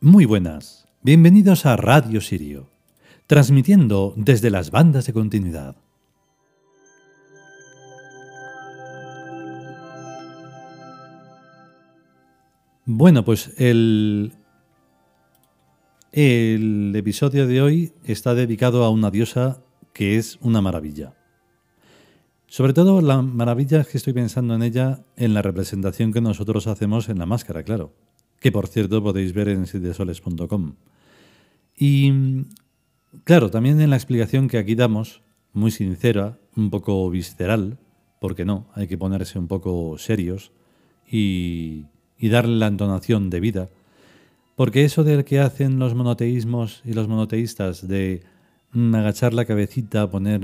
Muy buenas, bienvenidos a Radio Sirio, transmitiendo desde las bandas de continuidad. Bueno, pues el episodio de hoy está dedicado a una diosa que es una maravilla. Sobre todo la maravilla es que estoy pensando en ella en la representación que nosotros hacemos en la máscara, claro, que por cierto podéis ver en sitiesoles.com. Y claro, también en la explicación que aquí damos, muy sincera, un poco visceral, porque no, hay que ponerse un poco serios y darle la entonación debida, porque eso del que hacen los monoteísmos y los monoteístas de agachar la cabecita, poner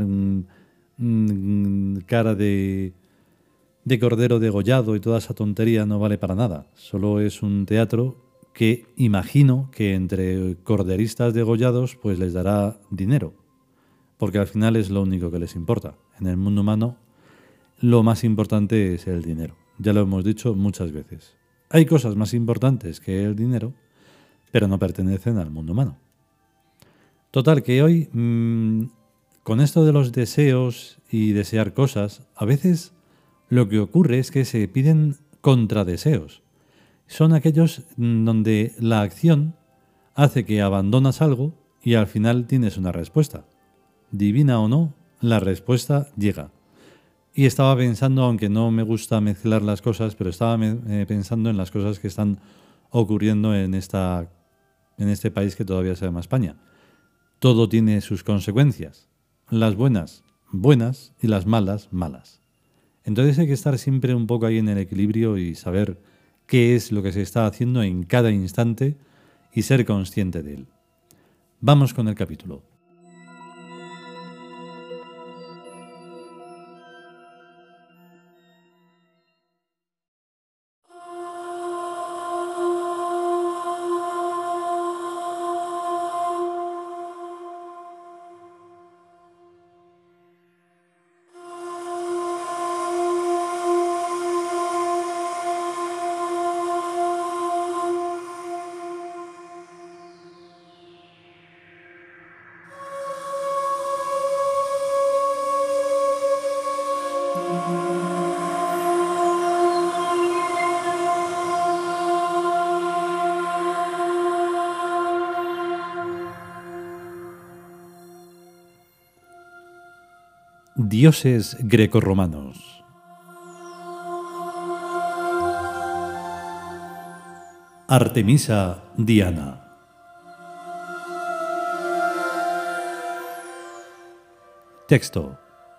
cara de cordero degollado y toda esa tontería no vale para nada. Solo es un teatro que imagino que entre corderistas degollados pues les dará dinero, porque al final es lo único que les importa. En el mundo humano lo más importante es el dinero. Ya lo hemos dicho muchas veces. Hay cosas más importantes que el dinero, pero no pertenecen al mundo humano. Total, que hoy, con esto de los deseos y desear cosas, a veces lo que ocurre es que se piden contradeseos. Son aquellos donde la acción hace que abandonas algo y al final tienes una respuesta. Divina o no, la respuesta llega. Y estaba pensando, aunque no me gusta mezclar las cosas, pero estaba pensando en las cosas que están ocurriendo en este país que todavía se llama España. Todo tiene sus consecuencias. Las buenas, buenas, y las malas, malas. Entonces hay que estar siempre un poco ahí en el equilibrio y saber qué es lo que se está haciendo en cada instante y ser consciente de él. Vamos con el capítulo. Dioses grecorromanos. Artemisa Diana. Texto.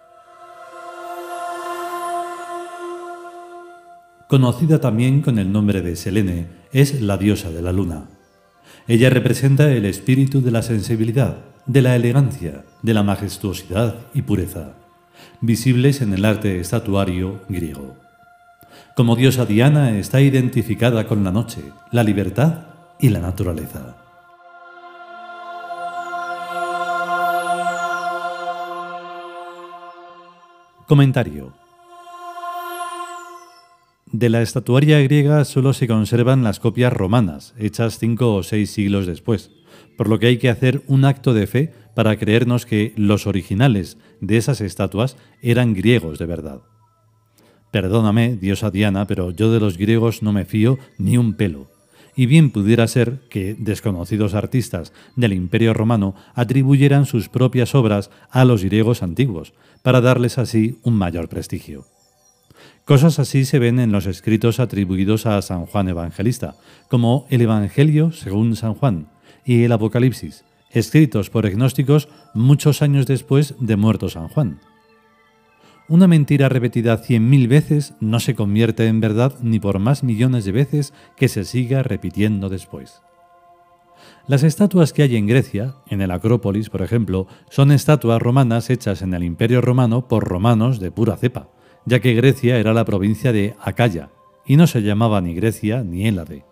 Conocida también con el nombre de Selene, es la diosa de la luna. Ella representa el espíritu de la sensibilidad, de la elegancia, de la majestuosidad y pureza, visibles en el arte estatuario griego. Como diosa Diana está identificada con la noche, la libertad y la naturaleza. Comentario. De la estatuaria griega solo se conservan las copias romanas, hechas 5 o 6 siglos después, por lo que hay que hacer un acto de fe para creernos que los originales de esas estatuas eran griegos de verdad. Perdóname, diosa Diana, pero yo de los griegos no me fío ni un pelo, y bien pudiera ser que desconocidos artistas del Imperio Romano atribuyeran sus propias obras a los griegos antiguos, para darles así un mayor prestigio. Cosas así se ven en los escritos atribuidos a San Juan Evangelista, como el Evangelio según San Juan y el Apocalipsis, escritos por gnósticos muchos años después de muerto San Juan. Una mentira repetida 100.000 veces no se convierte en verdad ni por más millones de veces que se siga repitiendo después. Las estatuas que hay en Grecia, en el Acrópolis por ejemplo, son estatuas romanas hechas en el Imperio Romano por romanos de pura cepa, ya que Grecia era la provincia de Acaya, y no se llamaba ni Grecia ni Hélade.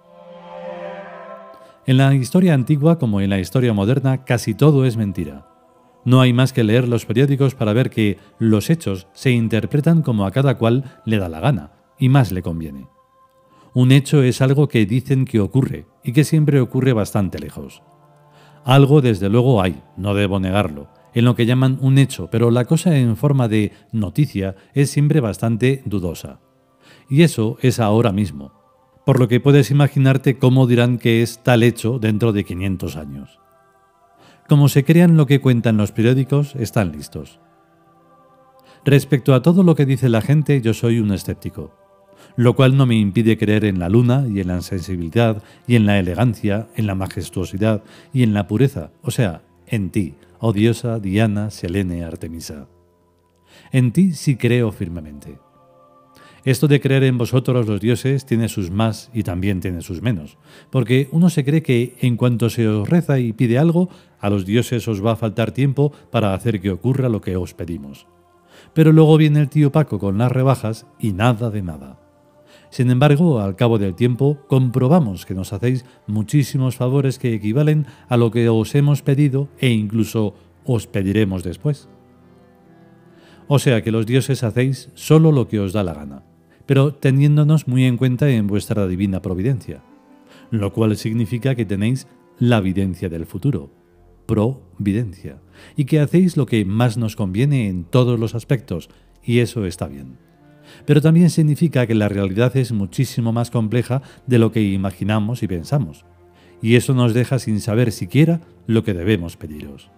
En la historia antigua como en la historia moderna casi todo es mentira. No hay más que leer los periódicos para ver que los hechos se interpretan como a cada cual le da la gana, y más le conviene. Un hecho es algo que dicen que ocurre y que siempre ocurre bastante lejos. Algo desde luego hay, no debo negarlo, en lo que llaman un hecho, pero la cosa en forma de noticia es siempre bastante dudosa. Y eso es ahora mismo, por lo que puedes imaginarte cómo dirán que es tal hecho dentro de 500 años. Como se crean lo que cuentan los periódicos, están listos. Respecto a todo lo que dice la gente, yo soy un escéptico, lo cual no me impide creer en la luna y en la sensibilidad y en la elegancia, en la majestuosidad y en la pureza, o sea, en ti, oh diosa Diana, Selene, Artemisa. En ti sí creo firmemente. Esto de creer en vosotros los dioses tiene sus más y también tiene sus menos, porque uno se cree que en cuanto se os reza y pide algo, a los dioses os va a faltar tiempo para hacer que ocurra lo que os pedimos. Pero luego viene el tío Paco con las rebajas y nada de nada. Sin embargo, al cabo del tiempo, comprobamos que nos hacéis muchísimos favores que equivalen a lo que os hemos pedido e incluso os pediremos después. O sea que los dioses hacéis solo lo que os da la gana, pero teniéndonos muy en cuenta en vuestra divina providencia, lo cual significa que tenéis la videncia del futuro, providencia, y que hacéis lo que más nos conviene en todos los aspectos, y eso está bien. Pero también significa que la realidad es muchísimo más compleja de lo que imaginamos y pensamos, y eso nos deja sin saber siquiera lo que debemos pediros.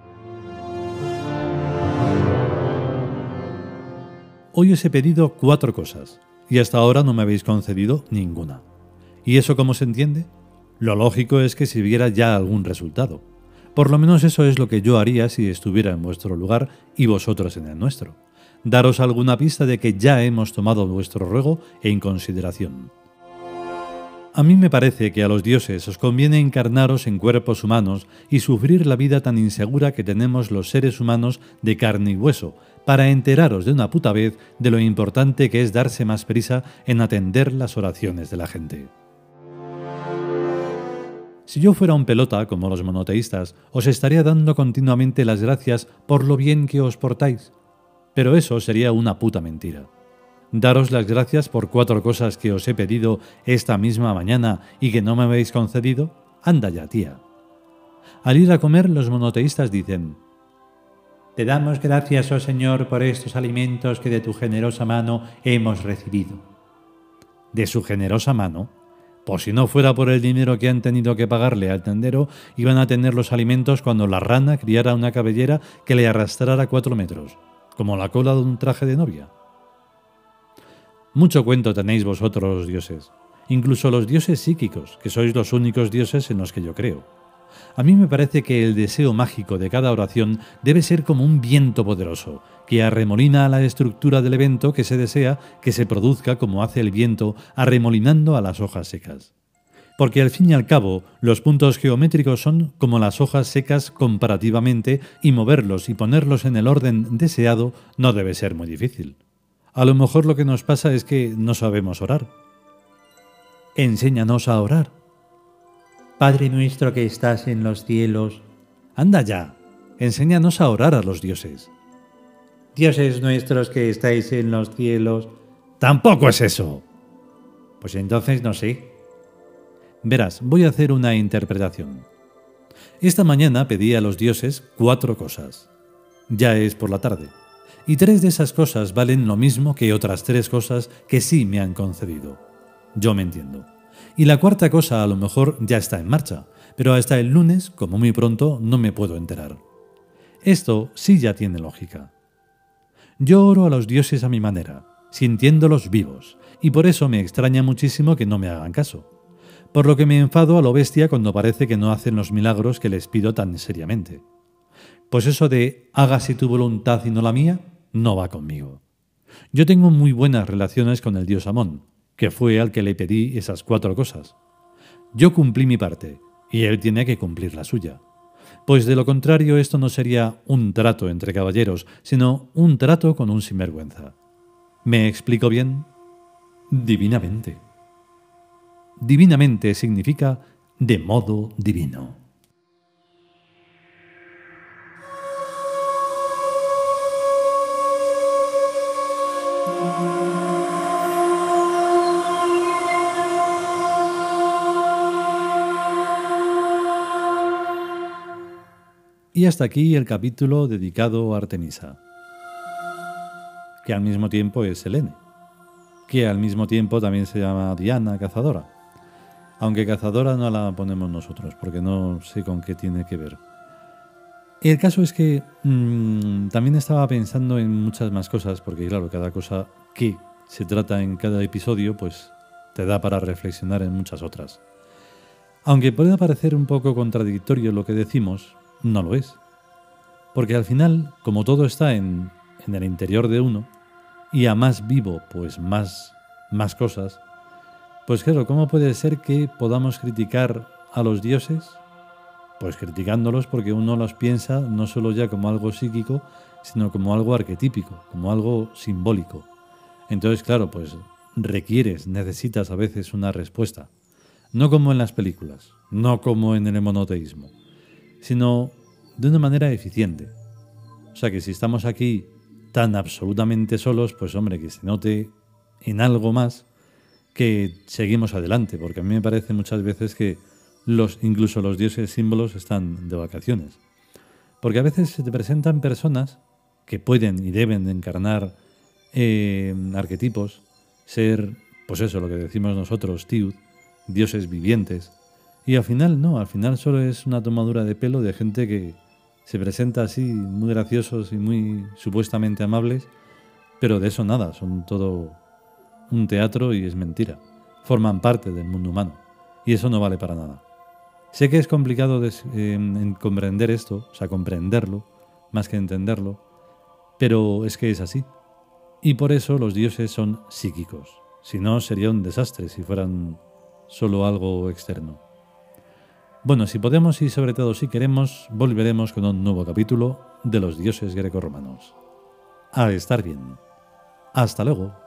Hoy os he pedido 4 cosas, y hasta ahora no me habéis concedido ninguna. ¿Y eso cómo se entiende? Lo lógico es que si viera ya algún resultado. Por lo menos eso es lo que yo haría si estuviera en vuestro lugar y vosotros en el nuestro. Daros alguna pista de que ya hemos tomado vuestro ruego en consideración. A mí me parece que a los dioses os conviene encarnaros en cuerpos humanos y sufrir la vida tan insegura que tenemos los seres humanos de carne y hueso, para enteraros de una puta vez de lo importante que es darse más prisa en atender las oraciones de la gente. Si yo fuera un pelota, como los monoteístas, os estaría dando continuamente las gracias por lo bien que os portáis. Pero eso sería una puta mentira. Daros las gracias por 4 cosas que os he pedido esta misma mañana y que no me habéis concedido, anda ya, tía. Al ir a comer, los monoteístas dicen: te damos gracias, oh Señor, por estos alimentos que de tu generosa mano hemos recibido. ¿De su generosa mano? Pues si no fuera por el dinero que han tenido que pagarle al tendero, iban a tener los alimentos cuando la rana criara una cabellera que le arrastrara 4 metros, como la cola de un traje de novia. Mucho cuento tenéis vosotros los dioses, incluso los dioses psíquicos, que sois los únicos dioses en los que yo creo. A mí me parece que el deseo mágico de cada oración debe ser como un viento poderoso, que arremolina a la estructura del evento que se desea que se produzca como hace el viento arremolinando a las hojas secas. Porque al fin y al cabo, los puntos geométricos son como las hojas secas comparativamente y moverlos y ponerlos en el orden deseado no debe ser muy difícil. A lo mejor lo que nos pasa es que no sabemos orar. Enséñanos a orar. Padre nuestro que estás en los cielos. Anda ya, enséñanos a orar a los dioses. Dioses nuestros que estáis en los cielos. Tampoco es eso. Pues entonces no sé. Verás, voy a hacer una interpretación. Esta mañana pedí a los dioses 4 cosas. Ya es por la tarde. Y 3 de esas cosas valen lo mismo que otras 3 cosas que sí me han concedido. Yo me entiendo. Y la 4ª cosa a lo mejor ya está en marcha, pero hasta el lunes, como muy pronto, no me puedo enterar. Esto sí ya tiene lógica. Yo oro a los dioses a mi manera, sintiéndolos vivos, y por eso me extraña muchísimo que no me hagan caso. Por lo que me enfado a lo bestia cuando parece que no hacen los milagros que les pido tan seriamente. Pues eso de hágase tu voluntad y no la mía, no va conmigo. Yo tengo muy buenas relaciones con el dios Amón, que fue al que le pedí esas 4 cosas. Yo cumplí mi parte, y él tiene que cumplir la suya. Pues de lo contrario esto no sería un trato entre caballeros, sino un trato con un sinvergüenza. ¿Me explico bien? Divinamente. Divinamente significa de modo divino. Y hasta aquí el capítulo dedicado a Artemisa, que al mismo tiempo es Helene, que al mismo tiempo también se llama Diana Cazadora, aunque Cazadora no la ponemos nosotros, porque no sé con qué tiene que ver. El caso es que también estaba pensando en muchas más cosas, porque claro, cada cosa que se trata en cada episodio, pues te da para reflexionar en muchas otras. Aunque pueda parecer un poco contradictorio lo que decimos, no lo es. Porque al final, como todo está en el interior de uno, y a más vivo, pues más cosas, pues claro, ¿cómo puede ser que podamos criticar a los dioses? Pues criticándolos porque uno los piensa no solo ya como algo psíquico, sino como algo arquetípico, como algo simbólico. Entonces, claro, pues necesitas a veces una respuesta. No como en las películas, no como en el monoteísmo, sino de una manera eficiente. O sea que si estamos aquí tan absolutamente solos, pues hombre, que se note en algo más que seguimos adelante, porque a mí me parece muchas veces que incluso los dioses símbolos están de vacaciones. Porque a veces se te presentan personas que pueden y deben encarnar arquetipos, ser, pues eso, lo que decimos nosotros, Tiud, dioses vivientes, y al final no, al final solo es una tomadura de pelo de gente que se presenta así, muy graciosos y muy supuestamente amables, pero de eso nada, son todo un teatro y es mentira. Forman parte del mundo humano y eso no vale para nada. Sé que es complicado comprender esto, o sea, comprenderlo, más que entenderlo, pero es que es así. Y por eso los dioses son psíquicos. Si no, sería un desastre si fueran solo algo externo. Bueno, si podemos y sobre todo si queremos, volveremos con un nuevo capítulo de los dioses grecorromanos. A estar bien. Hasta luego.